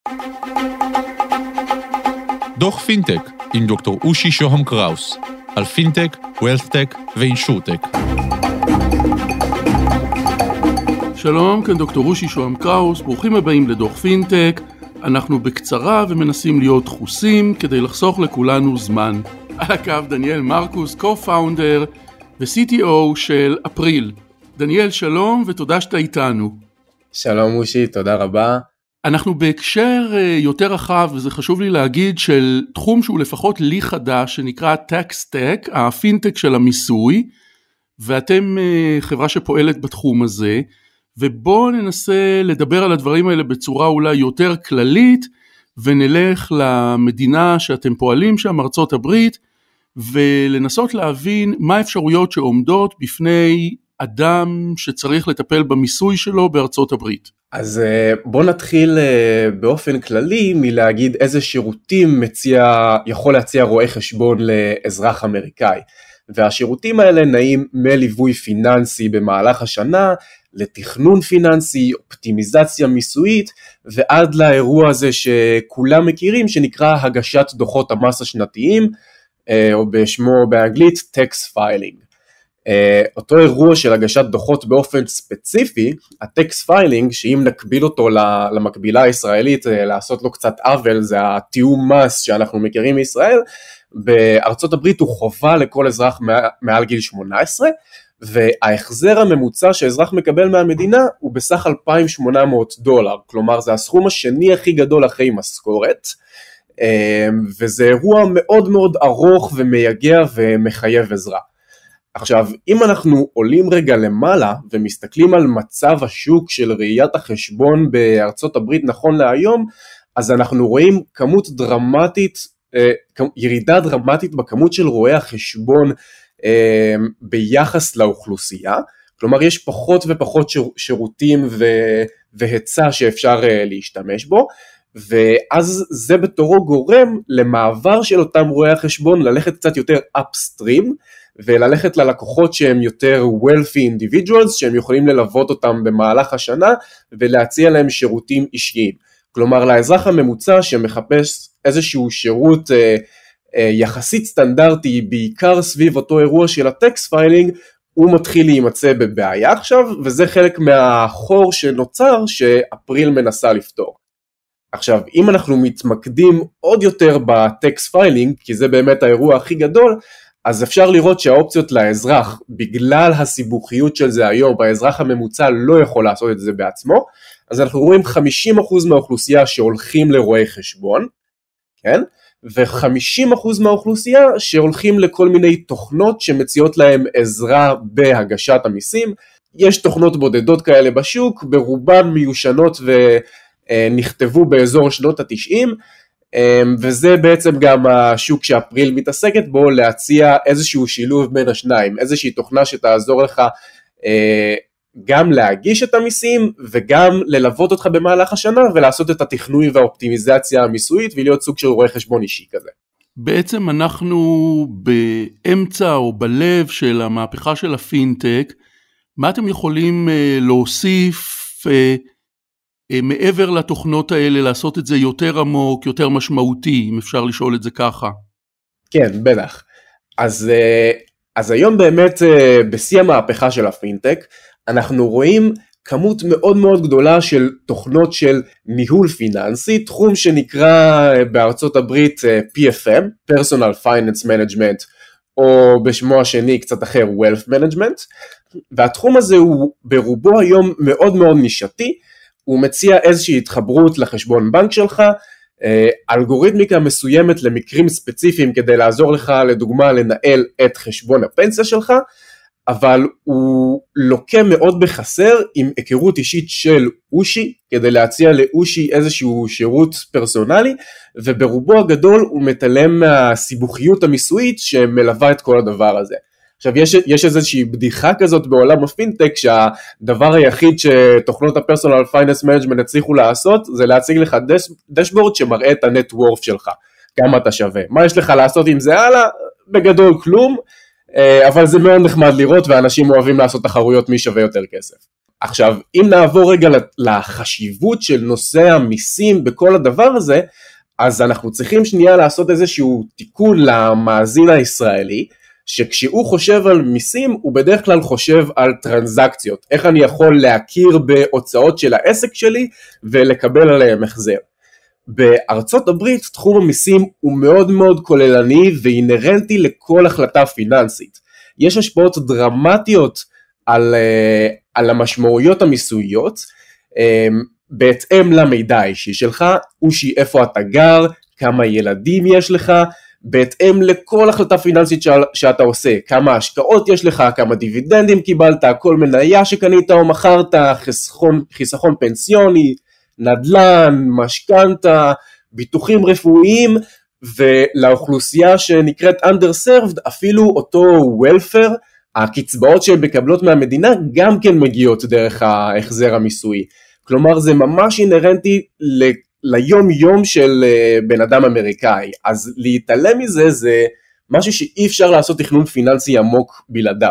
דוח פינטק עם דוקטור אושי שוהם קראוס, על פינטק, ווילת'טק ואינשורטק. שלום, כאן דוקטור אושי שוהם קראוס, ברוכים הבאים לדוח פינטק. אנחנו בקצרה ומנסים להיות דחוסים כדי לחסוך לכולנו זמן. על הקו דניאל מרקוס, קו-פאונדר ו-CTO של אפריל. דניאל, שלום ותודה שאתה איתנו. שלום אושי, תודה רבה. אנחנו בהקשר יותר רחב, וזה חשוב לי להגיד, של תחום שהוא לפחות לי חדש, שנקרא טקסטק, הפינטק של המיסוי, ואתם חברה שפועלת בתחום הזה, ובואו ננסה לדבר על הדברים האלה בצורה אולי יותר כללית, ונלך למדינה שאתם פועלים שם, ארצות הברית, ולנסות להבין מה האפשרויות שעומדות בפני אדם שצריך לטפל במיסוי שלו בארצות הברית. אז בוא נתחיל באופן כללי מלהגיד איזה שירותים יכול להציע רואה חשבון לאזרח אמריקאי. והשירותים האלה נעים מליווי פיננסי במהלך השנה, לתכנון פיננסי, אופטימיזציה מיסויית, ועד לאירוע הזה שכולם מכירים, שנקרא הגשת דוחות המס השנתיים, או בשמו באנגלית tax filing. אותו אירוע של הגשת דוחות באופן ספציפי, הטקס פיילינג, שאם נקביל אותו למקבילה הישראלית, לעשות לו קצת עוול, זה התיאום מס שאנחנו מכירים מישראל, בארצות הברית הוא חובה לכל אזרח מעל גיל 18, וההחזר הממוצע שאזרח מקבל מהמדינה הוא בסך $2,800, כלומר זה הסכום השני הכי גדול אחרי משכורת, וזה אירוע מאוד מאוד ארוך ומייגע ומחייב עזרה. עכשיו, אם אנחנו עולים רגע למעלה ומסתכלים על מצב השוק של ראיית החשבון בארצות הברית נכון להיום, אז אנחנו רואים ירידה דרמטית בכמות של רואי החשבון ביחס לאוכלוסייה, כלומר יש פחות ופחות שירותים והיצע שאפשר להשתמש בו, ואז זה בתורו גורם למעבר של אותם רואי החשבון ללכת קצת יותר upstream, וללכת ללקוחות שהם יותר wealthy individuals, שהם יכולים ללוות אותם במהלך השנה, ולהציע להם שירותים אישיים. כלומר, לאזרח הממוצע שמחפש איזשהו שירות יחסית סטנדרטי, בעיקר סביב אותו אירוע של הטקס פיילינג, הוא מתחיל להימצא בבעיה עכשיו, וזה חלק מהחור שנוצר שאפריל מנסה לפתור. עכשיו, אם אנחנו מתמקדים עוד יותר בטקס פיילינג, כי זה באמת האירוע הכי גדול, אז אפשר לראות שהאופציות לאזרח, בגלל הסיבוכיות של זה היום, האזרח הממוצע לא יכול לעשות את זה בעצמו, אז אנחנו רואים 50% מהאוכלוסייה שהולכים לרואי חשבון, כן? ו50% מהאוכלוסייה שהולכים לכל מיני תוכנות שמציעות להם עזרה בהגשת המיסים. יש תוכנות בודדות כאלה בשוק, ברובן מיושנות ונכתבו באזור שנות ה-90, וזה בעצם גם השוק שאפריל מתעסקת בו, להציע איזשהו שילוב בין השניים, איזושהי תוכנה שתעזור לך גם להגיש את המיסים, וגם ללוות אותך במהלך השנה, ולעשות את התכנון והאופטימיזציה המיסויית, ולהיות סוג של רואה חשבון אישי כזה. בעצם אנחנו באמצע או בלב של המהפכה של הפינטק, מה אתם יכולים להוסיף מעבר לתוכנות האלה, לעשות את זה יותר עמוק, יותר משמעותי, אם אפשר לשאול את זה ככה? כן, בטח. אז היום באמת בשיא המהפכה של הפינטק, אנחנו רואים כמות מאוד מאוד גדולה של תוכנות של ניהול פיננסי, תחום שנקרא בארצות הברית PFM, Personal Finance Management, או בשמו השני קצת אחר Wealth Management, והתחום הזה הוא ברובו היום מאוד מאוד נישתי, הוא מציע איזושהי התחברות לחשבון בנק שלך, אלגוריתמיקה מסוימת למקרים ספציפיים כדי לעזור לך לדוגמה לנהל את חשבון הפנסיה שלך, אבל הוא לוקה מאוד בחסר עם היכרות אישית של אושי, כדי להציע לאושי איזשהו שירות פרסונלי, וברובו הגדול הוא מתעלם מהסיבוכיות המיסויית שמלווה את כל הדבר הזה. עכשיו יש איזושהי בדיחה כזאת בעולם הפינטק, שהדבר היחיד שתוכנות הפרסונל פייננס מנג'מנט הצליחו לעשות, זה להציג לך דשבורד שמראה את הנט וורף שלך, כמה אתה שווה. מה יש לך לעשות עם זה הלאה? בגדול כלום, אבל זה מאוד נחמד לראות, ואנשים אוהבים לעשות תחרויות מי שווה יותר כסף. עכשיו, אם נעבור רגע לחשיבות של נושא המיסים בכל הדבר הזה, אז אנחנו צריכים שנייה לעשות איזשהו תיקון למאזין הישראלי, שכשהוא חושב על מיסים, הוא בדרך כלל חושב על טרנזקציות, איך אני יכול להכיר בהוצאות של העסק שלי, ולקבל עליהם החזר. בארצות הברית תחום המיסים הוא מאוד מאוד כוללני, ואינרנטי לכל החלטה פיננסית. יש השפעות דרמטיות על המשמעויות המיסויות, בהתאם למידע האישי שלך, אושי איפה אתה גר, כמה ילדים יש לך, בהתאם לכל החלטה פיננסית שאתה עושה, כמה השקעות יש לך, כמה דיבידנדים קיבלת, כל מניה שקנית או מכרת, חיסכון פנסיוני, נדל"ן, משכנתה, ביטוחים רפואיים, ולאוכלוסייה שנקראת underserved, אפילו אותו welfare, הקצבאות שהן מקבלות מהמדינה, גם כן מגיעות דרך ההחזר המיסוי. כלומר, זה ממש אינרנטי ליום יום של בן אדם אמריקאי, אז להתעלם מזה זה משהו שאי אפשר לעשות תכנון פיננסי עמוק בלעדיו.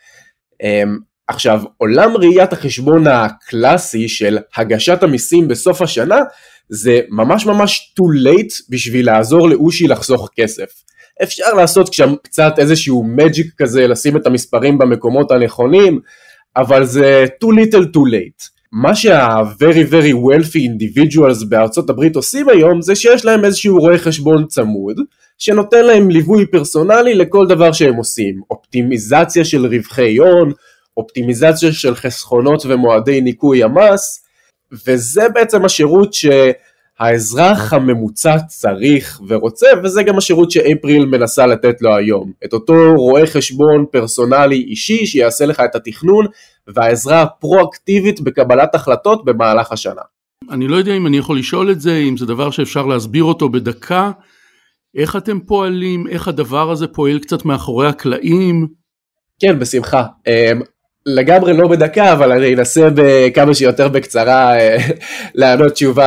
עכשיו, עולם ראיית החשבון הקלאסי של הגשת המיסים בסוף השנה, זה ממש ממש too late בשביל לעזור לאושי לחסוך כסף. אפשר לעשות שם קצת איזשהו מג'יק כזה, לשים את המספרים במקומות הנכונים, אבל זה too little too late. מה שה-very very wealthy individuals בארצות הברית עושים היום, זה שיש להם איזשהו רואה חשבון צמוד, שנותן להם ליווי פרסונלי לכל דבר שהם עושים. אופטימיזציה של רווחי הון, אופטימיזציה של חסכונות ומועדי ניקוי המס, וזה בעצם השירות שהאזרח הממוצע צריך ורוצה, וזה גם השירות שאפריל מנסה לתת לו היום. את אותו רואה חשבון פרסונלי אישי שיעשה לך את התכנון, והעזרה הפרואקטיבית בקבלת החלטות במהלך השנה. אני לא יודע אם אני יכול לשאול את זה, אם זה דבר שאפשר להסביר אותו בדקה, איך אתם פועלים, איך הדבר הזה פועל קצת מאחורי הקלעים? כן, בשמחה. לגמרי לא בדקה, אבל אני אנסה בכמה שיותר בקצרה לענות תשובה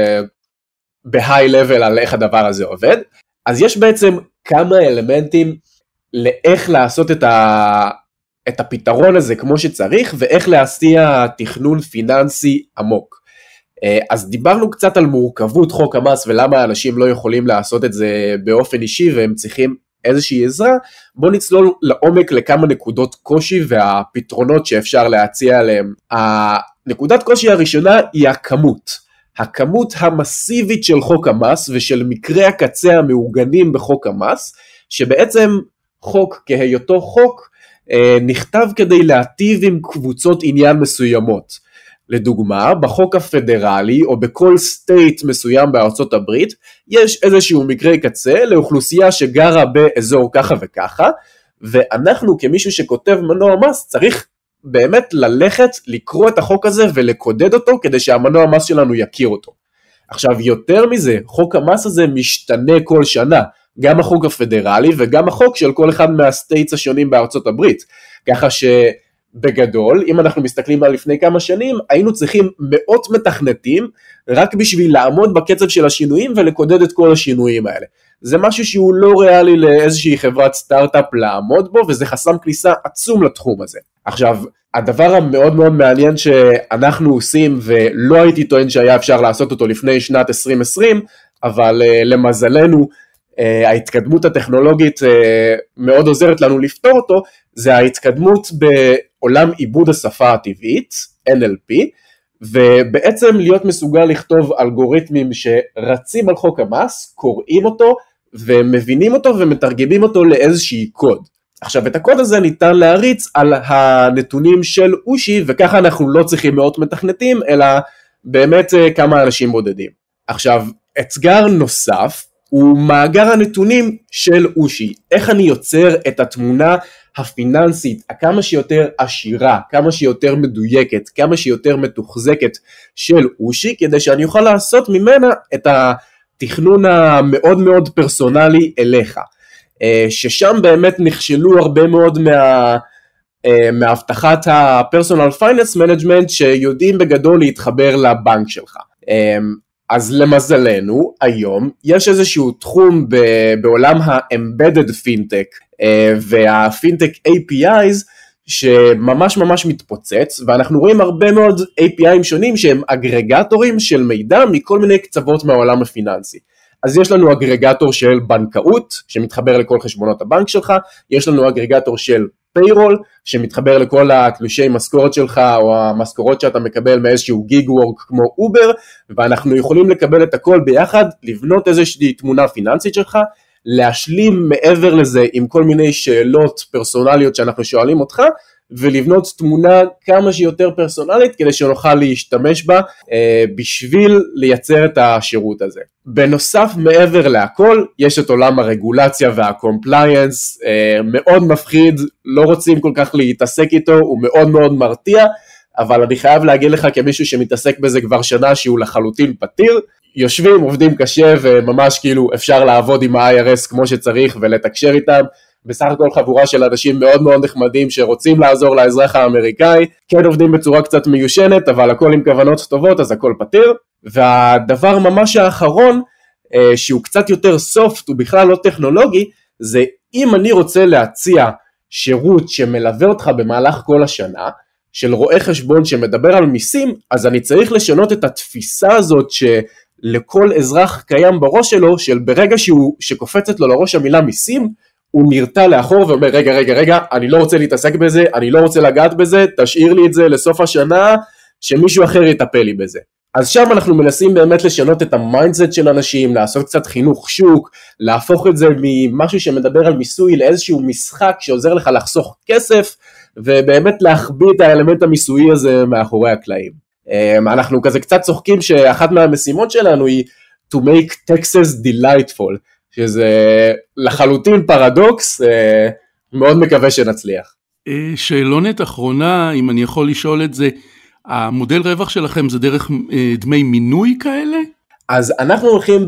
בהיי לבל על איך הדבר הזה עובד. אז יש בעצם כמה אלמנטים לאיך לעשות את הפתרון הזה כמו שצריך, ואיך להסיע תכנון פיננסי עמוק. אז דיברנו קצת על מורכבות חוק המס, ולמה האנשים לא יכולים לעשות את זה באופן אישי, והם צריכים איזושהי עזרה. בוא נצלול לעומק לכמה נקודות קושי, והפתרונות שאפשר להציע עליהם. הנקודת קושי הראשונה היא הכמות המסיבית של חוק המס, ושל מקרי הקצה המעוגנים בחוק המס, שבעצם חוק כהיותו חוק, נכתב כדי להטיב עם קבוצות עניין מסוימות. לדוגמה, בחוק הפדרלי או בכל סטייט מסוים בארצות הברית, יש איזשהו מקרה קצה לאוכלוסייה שגרה באזור ככה וככה, ואנחנו כמישהו שכותב מנוע מס צריך באמת ללכת, לקרוא את החוק הזה ולקודד אותו כדי שהמנוע מס שלנו יכיר אותו. עכשיו יותר מזה, חוק המס הזה משתנה כל שנה, גם החוק הפדרלי וגם החוק של כל אחד מהסטייטס השונים בארצות הברית, ככה שבגדול, אם אנחנו מסתכלים על לפני כמה שנים, היינו צריכים מאות מתכנתים, רק בשביל לעמוד בקצב של השינויים ולקודד את כל השינויים האלה. זה משהו שהוא לא ריאלי לאיזושהי חברת סטארט-אפ לעמוד בו, וזה חסם כניסה עצום לתחום הזה. עכשיו, הדבר המאוד מאוד מעניין שאנחנו עושים, ולא הייתי טוען שהיה אפשר לעשות אותו לפני שנת 2020, אבל למזלנו, ההתקדמות הטכנולוגית מאוד עוזרת לנו לפתור אותו, זה ההתקדמות בעולם עיבוד השפה הטבעית, NLP, ובעצם להיות מסוגל לכתוב אלגוריתמים שרצים על חוק המס, קוראים אותו, ומבינים אותו ומתרגמים אותו לאיזושהי קוד. עכשיו את הקוד הזה ניתן להריץ על הנתונים של אושי, וככה אנחנו לא צריכים מאות מתכנתים, אלא באמת כמה אנשים בודדים. עכשיו אתגר נוסף, הוא מאגר הנתונים של אושי, איך אני יוצר את התמונה הפיננסית, כמה שיותר עשירה, כמה שיותר מדויקת, כמה שיותר מתוחזקת של אושי, כדי שאני אוכל לעשות ממנה את התכנון המאוד מאוד פרסונלי אליך, ששם באמת נכשלו הרבה מאוד מהבטחת ה-Personal Finance Management, שיודעים בגדול להתחבר לבנק שלך. אז למזלנו, היום יש איזשהו תחום בעולם ה-Embedded FinTech, וה-FinTech APIs, שממש ממש מתפוצץ, ואנחנו רואים הרבה מאוד API'ים שונים שהם אגרגטורים של מידע מכל מיני קצוות מהעולם הפיננסי. אז יש לנו אגרגטור של בנקאות, שמתחבר לכל חשבונות הבנק שלך, יש לנו אגרגטור של פיירול, שמתחבר לכל התלושי משכורת שלך, או המשכורות שאתה מקבל מאיזשהו גיג וורק כמו אובר, ואנחנו יכולים לקבל את הכל ביחד, לבנות איזושהי תמונה פיננסית שלך, להשלים מעבר לזה עם כל מיני שאלות פרסונליות שאנחנו שואלים אותך, ולבנות תמונה כמה שיותר פרסונלית כדי שנוכל להשתמש בה בשביל לייצר את השירות הזה. בנוסף מעבר להכל יש את עולם הרגולציה והקומפליינס, מאוד מפחיד, לא רוצים כל כך להתעסק איתו, הוא מאוד מאוד מרתיע, אבל אני חייב להגיד לך כמישהו שמתעסק בזה כבר שנה שהוא לחלוטין פתיר, יושבים, עובדים קשה וממש כאילו אפשר לעבוד עם ה-IRS כמו שצריך ולתקשר איתם, בסך הכל חבורה של אנשים מאוד מאוד נחמדים שרוצים לעזור לאזרח האמריקאי, כן עובדים בצורה קצת מיושנת, אבל הכל עם כוונות טובות, אז הכל פתיר. והדבר ממש האחרון, שהוא קצת יותר סופט, הוא בכלל לא טכנולוגי, זה אם אני רוצה להציע שירות שמלווה אותך במהלך כל השנה, של רואה חשבון שמדבר על מיסים, אז אני צריך לשנות את התפיסה הזאת שלכל אזרח קיים בראש שלו, של ברגע שקופצת לו לראש המילה מיסים, הוא נרתע לאחור ואומר רגע, אני לא רוצה להתעסק בזה, אני לא רוצה לגעת בזה, תשאיר לי את זה לסוף השנה, שמישהו אחר יטפל לי בזה. אז שם אנחנו מנסים באמת לשנות את המיינדסט של אנשים, לעשות קצת חינוך שוק, להפוך את זה ממשהו שמדבר על מיסוי לאיזשהו משחק שעוזר לך לחסוך כסף, ובאמת להחביא את האלמנט המיסויי הזה מאחורי הקלעים. אנחנו כזה קצת צוחקים שאחת מהמשימות שלנו היא to make Texas delightful, שזה לחלוטין פרדוקס, מאוד מקווה שנצליח. שאלונת אחרונה, אם אני יכול לשאול את זה, המודל רווח שלכם זה דרך דמי מינוי כאלה? אז אנחנו הולכים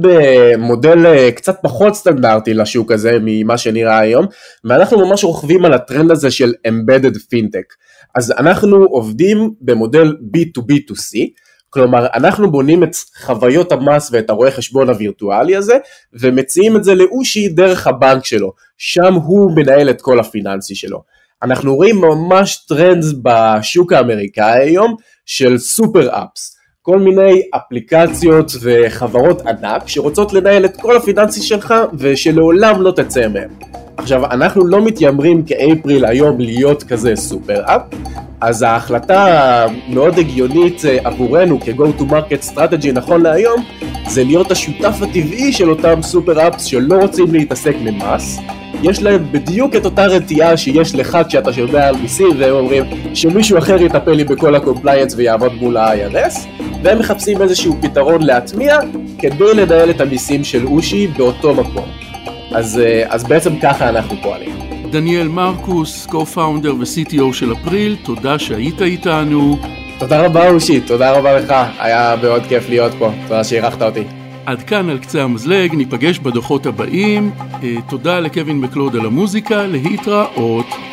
במודל קצת פחות סטנדרטי לשוק הזה ממה שנראה היום, ואנחנו ממש רוכבים על הטרנד הזה של Embedded FinTech. אז אנחנו עובדים במודל B2B2C, כלומר אנחנו בונים את חוויות המס ואת הרואה חשבון הווירטואלי הזה, ומציעים את זה לאושי דרך הבנק שלו, שם הוא מנהל את כל הפיננסי שלו. אנחנו רואים ממש טרנד בשוק האמריקאי היום של סופר אפס, כל מיני אפליקציות וחברות ענק שרוצות לנהל את כל הפיננסי שלך ושלעולם לא תצא מהם. עכשיו אנחנו לא מתיימרים כאפריל היום להיות כזה סופר אפ, אז ההחלטה מאוד הגיונית עבורנו כ-go to market strategy נכון להיום, זה להיות השותף הטבעי של אותם סופר אפס שלא רוצים להתעסק ממס, יש להם בדיוק את אותה רתיעה שיש לך כשאתה שומע על מיסים, והם אומרים שמישהו אחר יטפל לי בכל הקומפליינס ויעבוד מול ה-IRS, והם מחפשים איזשהו פתרון להטמיע כדי לנהל את המיסים של אושי באותו מקום. אז בעצם ככה אנחנו פועלים. דניאל מרקוס, co-founder ו-CTO של אפריל, תודה שהיית איתנו. תודה רבה אושי, תודה רבה לך, היה מאוד כיף להיות פה, תודה שהערכת אותי. עד כאן על קצה המזלג, ניפגש בדוחות הבאים, תודה לקווין מקלוד על המוזיקה, להתראות.